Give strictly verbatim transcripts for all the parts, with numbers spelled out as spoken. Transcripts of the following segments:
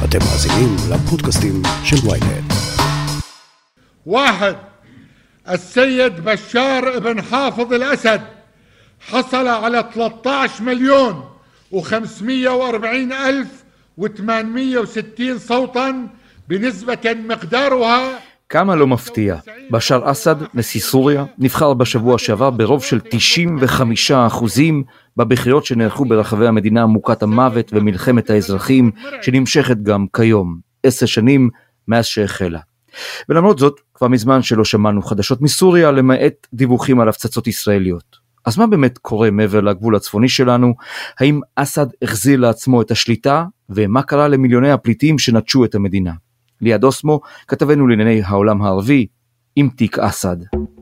אתם מאזינים לפודקאסטים של וויינט. واحد السيد بشار بن حافظ الأسد حصل على ثلاثة عشر مليون وخمسمائة وأربعين ألف وثمانمائة وستين صوتا بنسبة مقدارها. כמה לא מפתיע, בשאר אסד, נשיא סוריה, נבחר בשבוע שעבר ברוב של תשעים וחמישה אחוזים בבחירות שנערכו ברחבי המדינה מוכת המוות ומלחמת האזרחים, שנמשכת גם כיום, עשר שנים מאז שהחלה. ולמרות זאת, כבר מזמן שלא שמענו חדשות מסוריה, למעט דיווחים על הפצצות ישראליות. אז מה באמת קורה מעבר לגבול הצפוני שלנו? האם אסד החזיר לעצמו את השליטה? ומה קרה למיליוני הפליטים שנטשו את המדינה? ליעד אוסמו, כתבנו לענייני העולם הערבי, עם תיק אסד.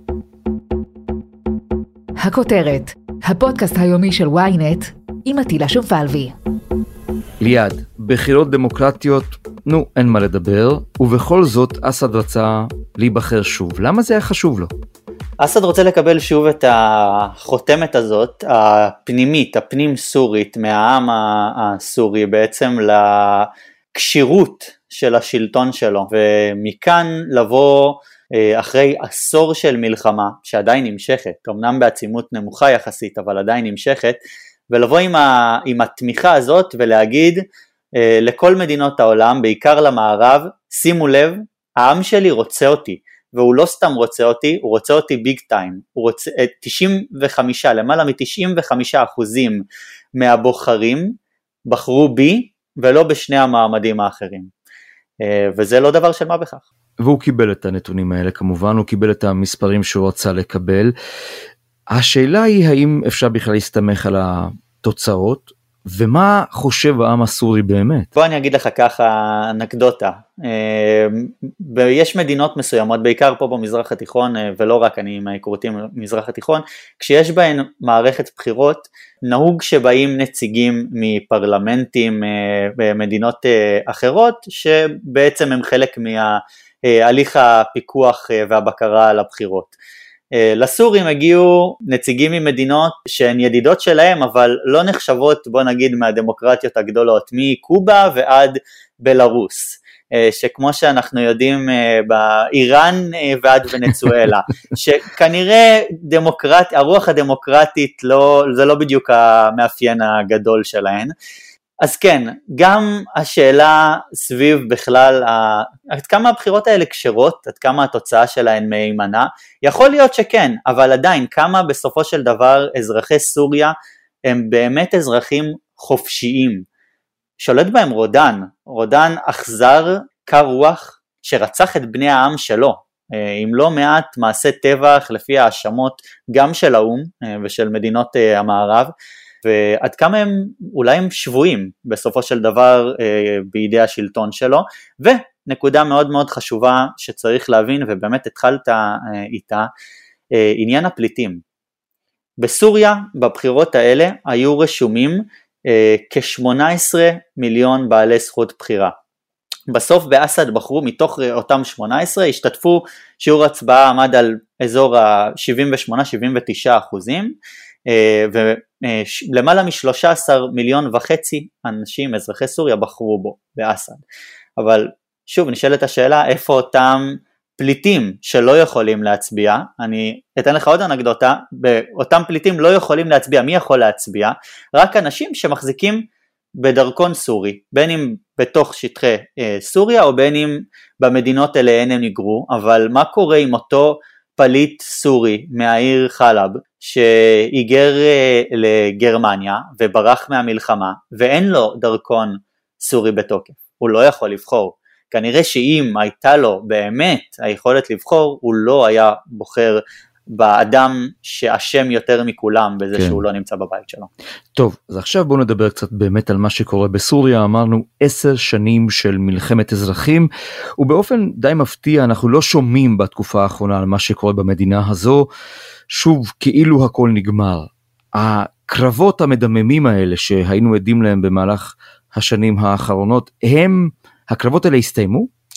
הכותרת, הפודקאסט היומי של וויינט, עם עטילה שומפלבי. ליעד, בחירות דמוקרטיות, נו, אין מה לדבר, ובכל זאת אסד רצה להיבחר שוב. למה זה היה חשוב לו? אסד רוצה לקבל שוב את החותמת הזאת, הפנימית, הפנים סורית, מהעם הסורי, בעצם לקשירות של השלטון שלו, ומכאן לבוא אחרי עשור של מלחמה, שעדיין נמשכת, אמנם בעצימות נמוכה יחסית, אבל עדיין נמשכת, ולבוא עם, ה, עם התמיכה הזאת ולהגיד לכל מדינות העולם, בעיקר למערב, שימו לב, העם שלי רוצה אותי, והוא לא סתם רוצה אותי, הוא רוצה אותי ביג טיים, הוא רוצה תשעים וחמישה, למעלה מ-תשעים וחמישה אחוזים מהבוחרים בחרו בי, ולא בשני המעמדים האחרים, וזה לא דבר של מה בכך. והוא קיבל את הנתונים האלה כמובן, הוא קיבל את המספרים שהוא רצה לקבל. השאלה היא האם אפשר בכלל להסתמך על התוצאות, ומה חושב העם הסורי באמת? בוא אני אגיד לך ככה אנקדוטה, יש מדינות מסוימות, בעיקר פה במזרח התיכון, ולא רק אני עם ההיכרותים במזרח התיכון, כשיש בהן מערכת בחירות, נהוג שבאים נציגים מפרלמנטים במדינות אחרות, שבעצם הם חלק מההליך הפיקוח והבקרה על הבחירות. לסורים הגיעו נציגים ממדינות שהן ידידות שלהם, אבל לא נחשבות, בוא נגיד, מהדמוקרטיות הגדולות, מקובה ועד בלרוס, שכמו שאנחנו יודעים באיראן ועד ונצואלה, שכנראה דמוקרט, הרוח הדמוקרטית לא, זה לא בדיוק המאפיין הגדול שלהן. אז כן, גם השאלה סביב בכלל, עד כמה הבחירות האלה קשרות, עד כמה התוצאה שלהן מהימנה, יכול להיות שכן, אבל עדיין כמה בסופו של דבר אזרחי סוריה הם באמת אזרחים חופשיים, שולט בהם רודן, רודן אכזר קר רוח שרצח את בני העם שלו, עם לא מעט מעשי טבח לפי האשמות גם של האום ושל מדינות המערב, ועד כמה הם אולי הם שבויים בסופו של דבר אה, בידי השלטון שלו. ונקודה מאוד מאוד חשובה שצריך להבין, ובאמת התחלת אה, איתה, אה, עניין הפליטים. בסוריה בבחירות האלה היו רשומים אה, כ-שמונה עשרה מיליון בעלי זכות בחירה. בסוף באסד בחרו מתוך אותם שמונה עשרה, השתתפו, שיעור הצבעה עמד על אזור ה-שבעים ושמונה שבעים ותשעה אחוזים, ולמעלה מ-שלושה עשר מיליון וחצי אנשים, אזרחי סוריה, בחרו בו, באסד. אבל שוב, נשאלת השאלה, איפה אותם פליטים שלא יכולים להצביע? אני אתן לך עוד אנקדוטה, אותם פליטים לא יכולים להצביע, מי יכול להצביע? רק אנשים שמחזיקים בדרכון סורי, בין אם בתוך שטחי אה, סוריה, או בין אם במדינות אליהן הם ניגרו. אבל מה קורה עם אותו פליט סורי מהעיר חלב, שהיגר לגרמניה וברח מהמלחמה, ואין לו דרכון סורי בתוקף, הוא לא יכול לבחור. כנראה שאם הייתה לו באמת היכולת לבחור, הוא לא היה בוחר באדם שאשם יותר מכולם בזה כן. שהוא לא נמצא בבית שלו. טוב, אז עכשיו בואו נדבר קצת באמת על מה שקורה בסוריה. אמרנו עשר שנים של מלחמת אזרחים, ובאופן די מפתיע אנחנו לא שומעים בתקופה האחרונה על מה שקורה במדינה הזו. שוב, כאילו הכל נגמר. הקרבות המדממים האלה שהיינו עדים להם במהלך השנים האחרונות, הם, הקרבות האלה הסתיימו?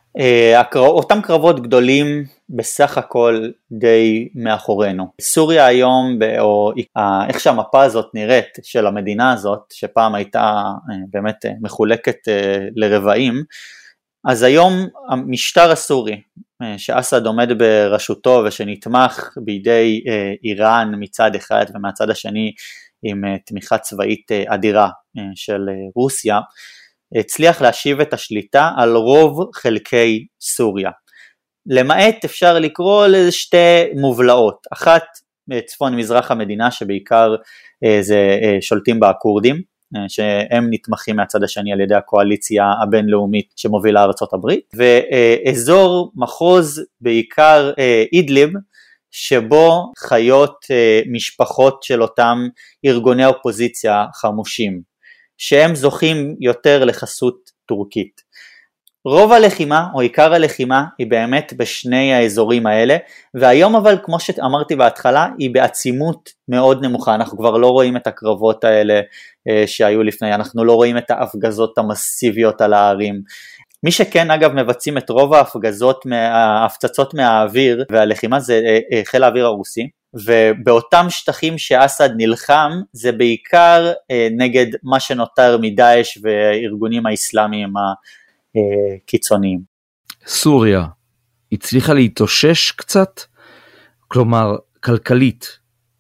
אותם קרבות גדולים בסך הכל די מאחורינו. סוריה היום, או איך שהמפה הזאת נראית של המדינה הזאת, שפעם הייתה באמת מחולקת לרבעים, אז היום המשטר הסורי שאסד עומד בראשותו ושנתמך בידי איראן מצד אחד ומהצד השני עם תמיכה צבאית אדירה של רוסיה, הצליח להשיב את השליטה על רוב חלקי סוריה. למעט אפשר לקרוא לזה שתי מובלעות, אחת בצפון מזרח המדינה שבעיקר זה שולטים בה הקורדים, שהם נתמכים מהצד השני על ידי הקואליציה הבינלאומית שמובילה ארצות הברית, ואזור מחוז בעיקר אידליב, שבו חיות משפחות של אותם ארגוני אופוזיציה חמושים, שהם זוכים יותר לחסות טורקית. רוב הלחימה או עיקר הלחימה היא באמת בשני האזורים האלה, והיום אבל כמו שאמרתי בהתחלה היא בעצימות מאוד נמוכה, אנחנו כבר לא רואים את הקרבות האלה אה, שהיו לפני, אנחנו לא רואים את ההפגזות המסיביות על הערים. מי שכן אגב מבצעים את רוב ההפגזות, ההפצצות מהאוויר והלחימה זה אה, אה, חיל האוויר הרוסי, ובאותם שטחים שאסד נלחם זה בעיקר אה, נגד מה שנותר מדאעש וארגונים האסלאמיים הקיצוניים. סוריה הצליחה להתאושש קצת? כלומר כלכלית,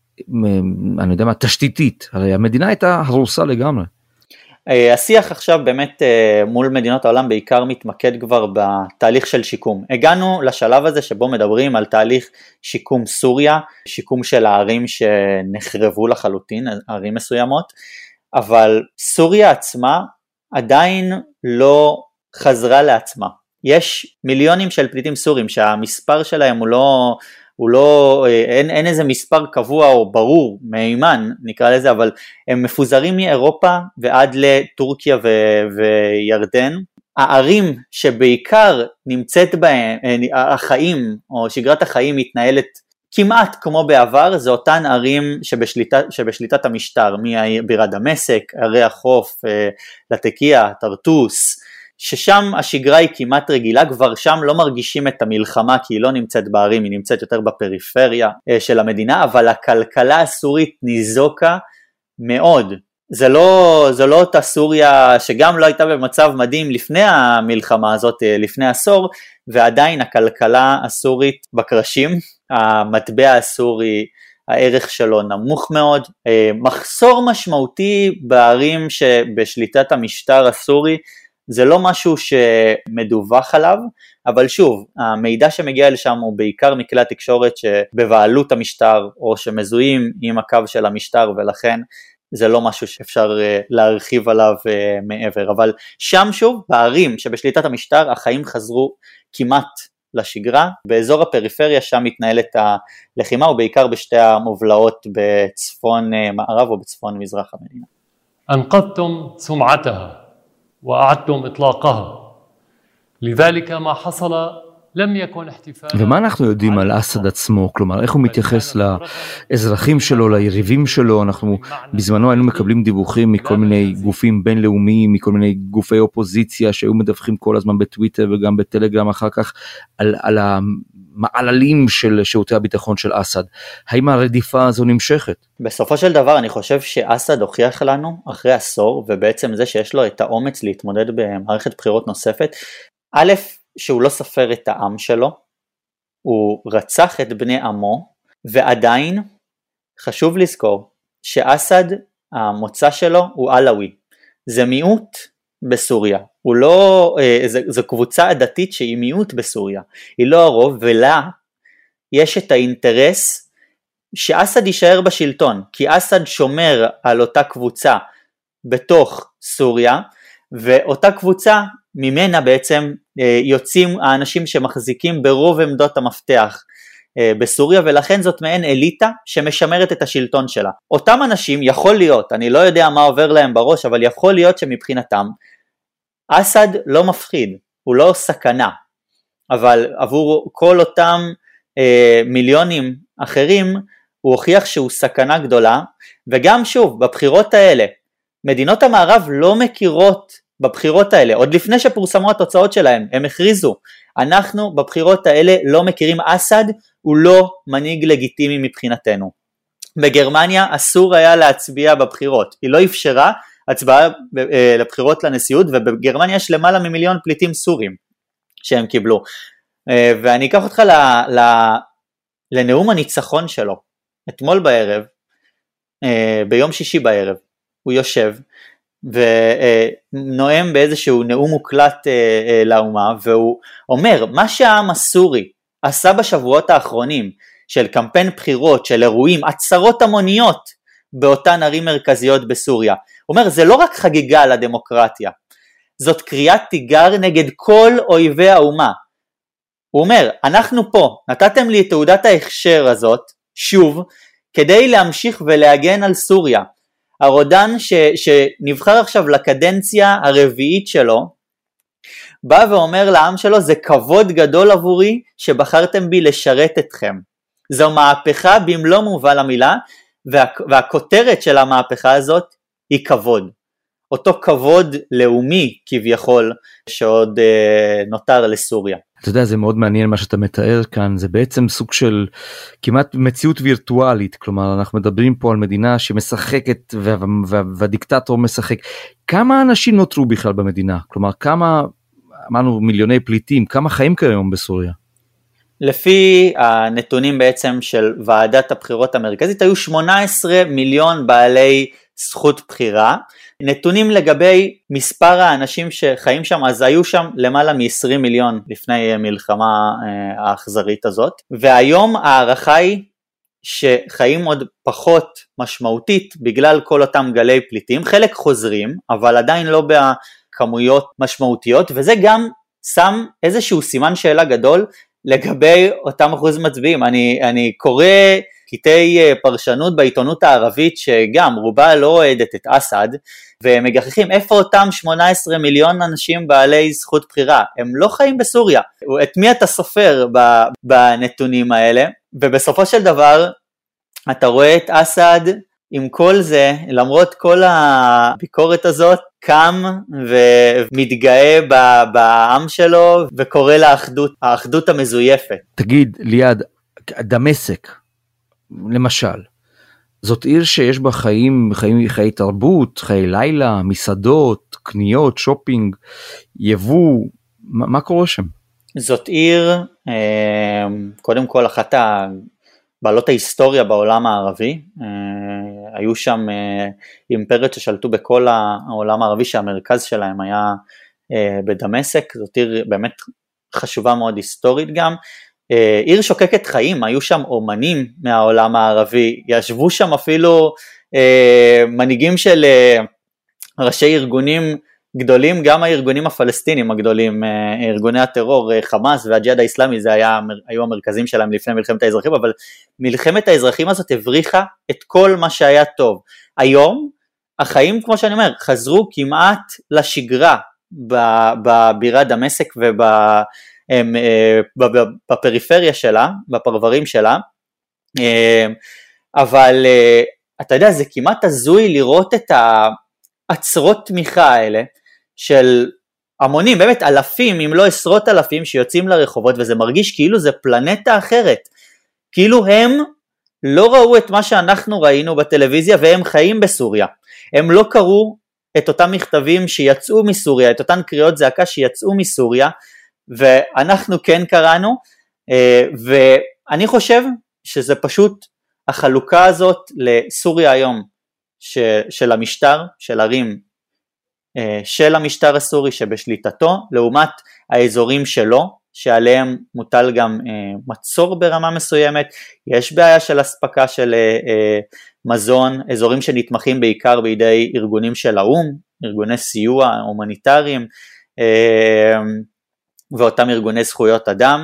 אני יודע מה, תשתיתית, הרי המדינה הייתה הרוסה לגמרי. השיח עכשיו באמת מול מדינות העולם בעיקר מתמקד כבר בתהליך של שיקום. הגענו לשלב הזה שבו מדברים על תהליך שיקום סוריה, שיקום של הערים שנחרבו לחלוטין, ערים מסוימות, אבל סוריה עצמה עדיין לא חזרה לעצמה. יש מיליונים של פליטים סורים שהמספר שלהם הוא לא, הוא לא, אין, אין איזה מספר קבוע או ברור, מהימן נקרא לזה, אבל הם מפוזרים מאירופה ועד לטורקיה ו- וירדן. הערים שבעיקר נמצאת בהם, החיים או שגרת החיים מתנהלת כמעט כמו בעבר, זה אותן ערים שבשליטה, שבשליטת המשטר, מבירה דמשק, ערי החוף, לטקיה, טרטוס, ששם השגרה היא כמעט רגילה, כבר שם לא מרגישים את המלחמה, כי היא לא נמצאת בערים, היא נמצאת יותר בפריפריה של המדינה, אבל הכלכלה הסורית ניזוקה מאוד. זה לא, זה לא אותה סוריה שגם לא הייתה במצב מדהים לפני המלחמה הזאת, לפני עשור, ועדיין הכלכלה הסורית בקרשים, המטבע הסורי, הערך שלו נמוך מאוד, מחסור משמעותי בערים שבשליטת המשטר הסורי, זה לא משהו שמדווח עליו, אבל שוב, המידע שמגיע לשם הוא בעיקר מכלי התקשורת שבבעלות המשטר, או שמזוהים עם הקו של המשטר, ולכן זה לא משהו שאפשר להרחיב עליו מעבר, אבל שם שוב, בערים שבשליטת המשטר, החיים חזרו כמעט לשגרה, באזור הפריפריה שם מתנהלת הלחימה, ובעיקר בשתי המובלעות בצפון מערב או בצפון מזרח המדינה. אנקדתם סומעתها وأعدتم إطلاقها لذلك ما حصل لم يكن احتفال. ומה אנחנו יודעים על אסד עצמו? כלומר, איך הוא מתייחס לאזרחים שלו, ליריבים שלו? אנחנו בזמנו היינו מקבלים דיווחים מכל מיני גופים בינלאומיים, מכל מיני גופי אופוזיציה שהיו מדווחים כל הזמן בטוויטר וגם בטלגרם אחר כך על, על המעללים של שירותי הביטחון של אסד. האם הרדיפה הזו נמשכת? בסופו של דבר אני חושב שאסד הוכיח לנו אחרי עשור, ובעצם זה שיש לו את האומץ להתמודד במערכת בחירות נוספת, א', שהוא לא ספר את העם שלו, הוא רצח את בני עמו, ועדיין חשוב לזכור שאסד המוצא שלו הוא אלאווי, זה מיעוט בסוריה, הוא לא, זה, זה קבוצה עדתית שהיא מיעוט בסוריה, היא לא הרוב, ולה יש את האינטרס שאסד יישאר בשלטון, כי אסד שומר על אותה קבוצה בתוך סוריה, ואותה קבוצה ממנה בעצם יוצאים האנשים שמחזיקים ברוב עמדות המפתח בסוריה, ולכן זאת מעין אליטה שמשמרת את השלטון שלה. אותם אנשים יכול להיות, אני לא יודע מה עובר להם בראש, אבל יכול להיות שמבחינתם אסד לא מפחיד, הוא לא סכנה, אבל עבור כל אותם אה, מיליונים אחרים הוא הוכיח שהוא סכנה גדולה. וגם שוב בבחירות האלה מדינות המערב לא מכירות בבחירות האלה, עוד לפני שפורסמו התוצאות שלהם, הם הכריזו, אנחנו בבחירות האלה לא מכירים אסד, הוא לא מנהיג לגיטימי מבחינתנו. בגרמניה אסור היה להצביע בבחירות, היא לא אפשרה הצבעה לבחירות לנשיאות, ובגרמניה יש למעלה ממיליון פליטים סורים שהם קיבלו. ואני אקח אותך ל, ל, לנאום הניצחון שלו, אתמול בערב, ביום שישי בערב, הוא יושב ונואם באיזשהו נאום מוקלט לאומה, והוא אומר, מה שהעם הסורי עשה בשבועות האחרונים, של קמפיין בחירות, של אירועים, עצרות המוניות, באותן ערים מרכזיות בסוריה, הוא אומר, זה לא רק חגיגה לדמוקרטיה, זאת קריאת תיגר נגד כל אויבי האומה. הוא אומר, אנחנו פה, נתתם לי את תעודת ההכשר הזאת, שוב, כדי להמשיך ולהגן על סוריה. הרודן ש, שנבחר עכשיו לקדנציה הרביעית שלו, בא ואומר לעם שלו, זה כבוד גדול עבורי שבחרתם בי לשרת אתכם. זו מהפכה במלוא מובן המילה, וה, והכותרת של המהפכה הזאת היא כבוד. אותו כבוד לאומי כביכול שעוד אה, נותר לסוריה. אתה יודע, זה מאוד מעניין מה שאתה מתאר כאן, זה בעצם סוג של כמעט מציאות וירטואלית, כלומר אנחנו מדברים פה על מדינה שמשחקת וה, וה, והדיקטטור משחק. כמה אנשים נותרו בכלל במדינה? כלומר כמה, אמרנו מיליוני פליטים, כמה חיים כיום בסוריה? לפי הנתונים בעצם של ועדת הבחירות המרכזית, היו שמונה עשרה מיליון בעלי זכות בחירה. נתונים לגבי מספר האנשים שחיים שם, אז היו שם למעלה מ-עשרים מיליון לפני מלחמה האכזרית הזאת, והיום הערכה היא שחיים עוד פחות משמעותית בגלל כל אותם גלי פליטים, חלק חוזרים, אבל עדיין לא בכמויות משמעותיות, וזה גם שם איזשהו סימן שאלה גדול לגבי אותם אחוז מצביעים. אני, אני קורא קטעי פרשנות בעיתונות הערבית שגם רובה לא אוהדת את אסד, ומגחכים איפה אותם שמונה עשרה מיליון אנשים בעלי זכות בחירה, הם לא חיים בסוריה, את מי אתה סופר בנתונים האלה? ובסופו של דבר אתה רואה את אסד עם כל זה, למרות כל הביקורת הזאת, קם ומתגאה בעם שלו וקורא לאחדות, האחדות המזויפת. תגיד ליד, דמשק למשל, זאת עיר שיש בה חיים, חיים, חיי תרבות, חיי לילה, מסעדות, קניות, שופינג, יבוא, מה, מה קורה שם? זאת עיר, קודם כל אחת בעלות ההיסטוריה בעולם הערבי, היו שם אימפריות ששלטו בכל העולם הערבי שהמרכז שלהם היה בדמשק, זאת עיר באמת חשובה מאוד היסטורית גם, עיר שוקקת חיים, היו שם אומנים מהעולם הערבי, ישבו שם אפילו מנהיגים של ראשי ארגונים גדולים, גם הארגונים הפלסטינים הגדולים, ארגוני הטרור, חמאס והג'יהאד האסלאמי, זה היה, היו המרכזים שלהם לפני מלחמת האזרחים, אבל מלחמת האזרחים הזאת הבריחה את כל מה שהיה טוב. היום, החיים, כמו שאני אומר, חזרו כמעט לשגרה בבירה דמשק ובפריפריה שלה, בפרברים שלה, אבל אתה יודע, זה כמעט הזוי לראות את העצרות תמיכה האלה, של המונים, באמת אלפים, אם לא עשרות אלפים, שיוצאים לרחובות, וזה מרגיש כאילו זה פלנטה אחרת, כאילו הם לא ראו את מה שאנחנו ראינו בטלוויזיה, והם חיים בסוריה, הם לא קראו את אותם מכתבים שיצאו מסוריה, את אותן קריאות זעקה שיצאו מסוריה, ואנחנו כן קראנו, ואני חושב שזה פשוט החלוקה הזאת לסוריה היום, של המשטר, של ערים, של המשטר הסורי שבשליטתו, לעומת האזורים שלו, שעליהם מוטל גם מצור ברמה מסוימת, יש בעיה של הספקה של מזון, אזורים שנתמכים בעיקר בידי ארגונים של האום, ארגוני סיוע הומניטריים, ואותם ארגוני זכויות אדם,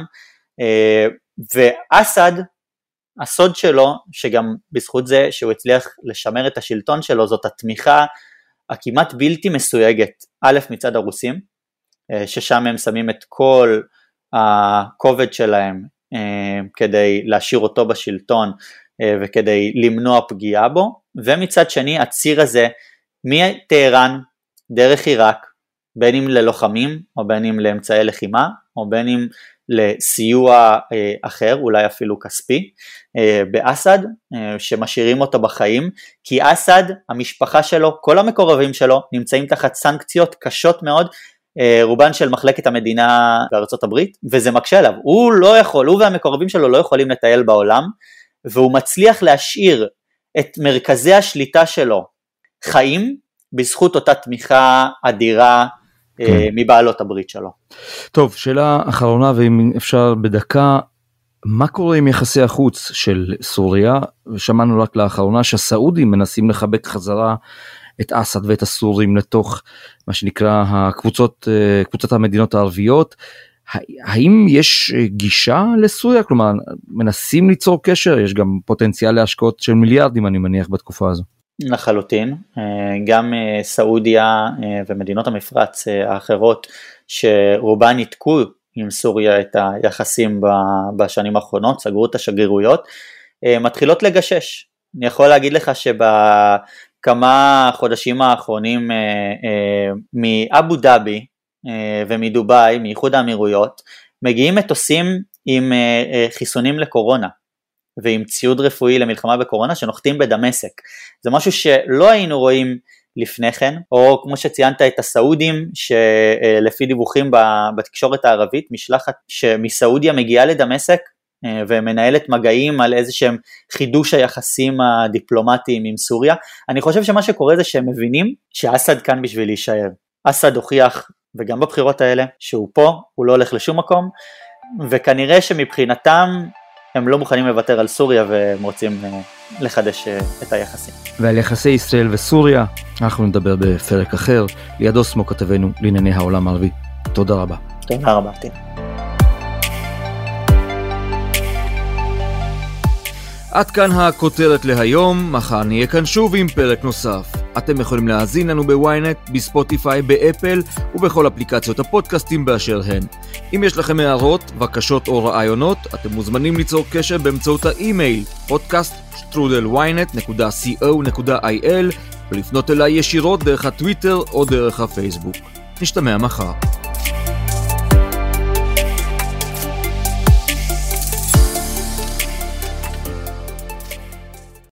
ואסד, הסוד שלו, שגם בזכות זה שהוא הצליח לשמר את השלטון שלו, זאת התמיכה הכמעט בלתי מסויגת, א' מצד הרוסים, ששם הם שמים את כל הכובד שלהם, כדי להשאיר אותו בשלטון, וכדי למנוע פגיעה בו, ומצד שני הציר הזה, מטהרן, דרך עיראק, בין אם ללוחמים, או בין אם לאמצעי לחימה, או בין אם לסיוע אה, אחר, אולי אפילו כספי, אה, באסד, אה, שמשאירים אותו בחיים, כי אסד, המשפחה שלו, כל המקורבים שלו, נמצאים תחת סנקציות קשות מאוד, אה, רובן של מחלקת המדינה בארצות הברית, וזה מקשה עליו, הוא לא יכול, הוא והמקורבים שלו לא יכולים לטייל בעולם, והוא מצליח להשאיר את מרכזי השליטה שלו חיים, בזכות אותה תמיכה אדירה, מבעלות הברית שלו. טוב, שאלה אחרונה, ואם אפשר בדקה, מה קורה עם יחסי החוץ של סוריה? ושמענו רק לאחרונה שהסעודים מנסים לחבק חזרה את אסד ואת הסורים לתוך מה שנקרא הקבוצות, קבוצת המדינות הערביות. האם יש גישה לסוריה? כלומר, מנסים ליצור קשר? יש גם פוטנציאל להשקעות של מיליארדים, אני מניח, בתקופה הזו. לחלוטין, גם סעודיה ומדינות המפרץ האחרות שרובן ניתקו עם סוריה את היחסים בשנים האחרונות, סגרו את השגרירויות, מתחילות לגשש. אני יכול להגיד לך שבכמה חודשים האחרונים מאבו דאבי ומדובאי, מאיחוד האמירויות, מגיעים מטוסים עם חיסונים לקורונה. ועם ציוד רפואי למלחמה בקורונה שנוחתים בדמשק. זה משהו שלא היינו רואים לפני כן, או כמו שציינת את הסעודים, שלפי דיווחים בתקשורת הערבית, משלחת שמסעודיה מגיעה לדמשק, ומנהלת מגעים על איזשהם חידוש היחסים הדיפלומטיים עם סוריה. אני חושב שמה שקורה זה שהם מבינים שאסד כאן בשביל להישאר. אסד הוכיח, וגם בבחירות האלה, שהוא פה, הוא לא הולך לשום מקום, וכנראה שמבחינתם, הם לא מוכנים לוותר על סוריה והם רוצים לחדש את היחסים. ועל יחסי ישראל וסוריה אנחנו נדבר בפרק אחר. לידו סמו כתבנו לענייני העולם הערבי. תודה רבה. תודה רבה. עד כאן הכותרת להיום, מחר נהיה כאן שוב עם פרק נוסף. אתם יכולים להאזין לנו בוויינט, בספוטיפיי, באפל ובכל אפליקציות הפודקאסטים באשר הן. אם יש לכם הערות, בקשות או רעיונות, אתם מוזמנים ליצור קשר באמצעות האימייל פודקאסט שטרודל וויינט נקודה קו נקודה איי אל ולפנות אליי ישירות דרך הטוויטר או דרך הפייסבוק. נשתמע מחר.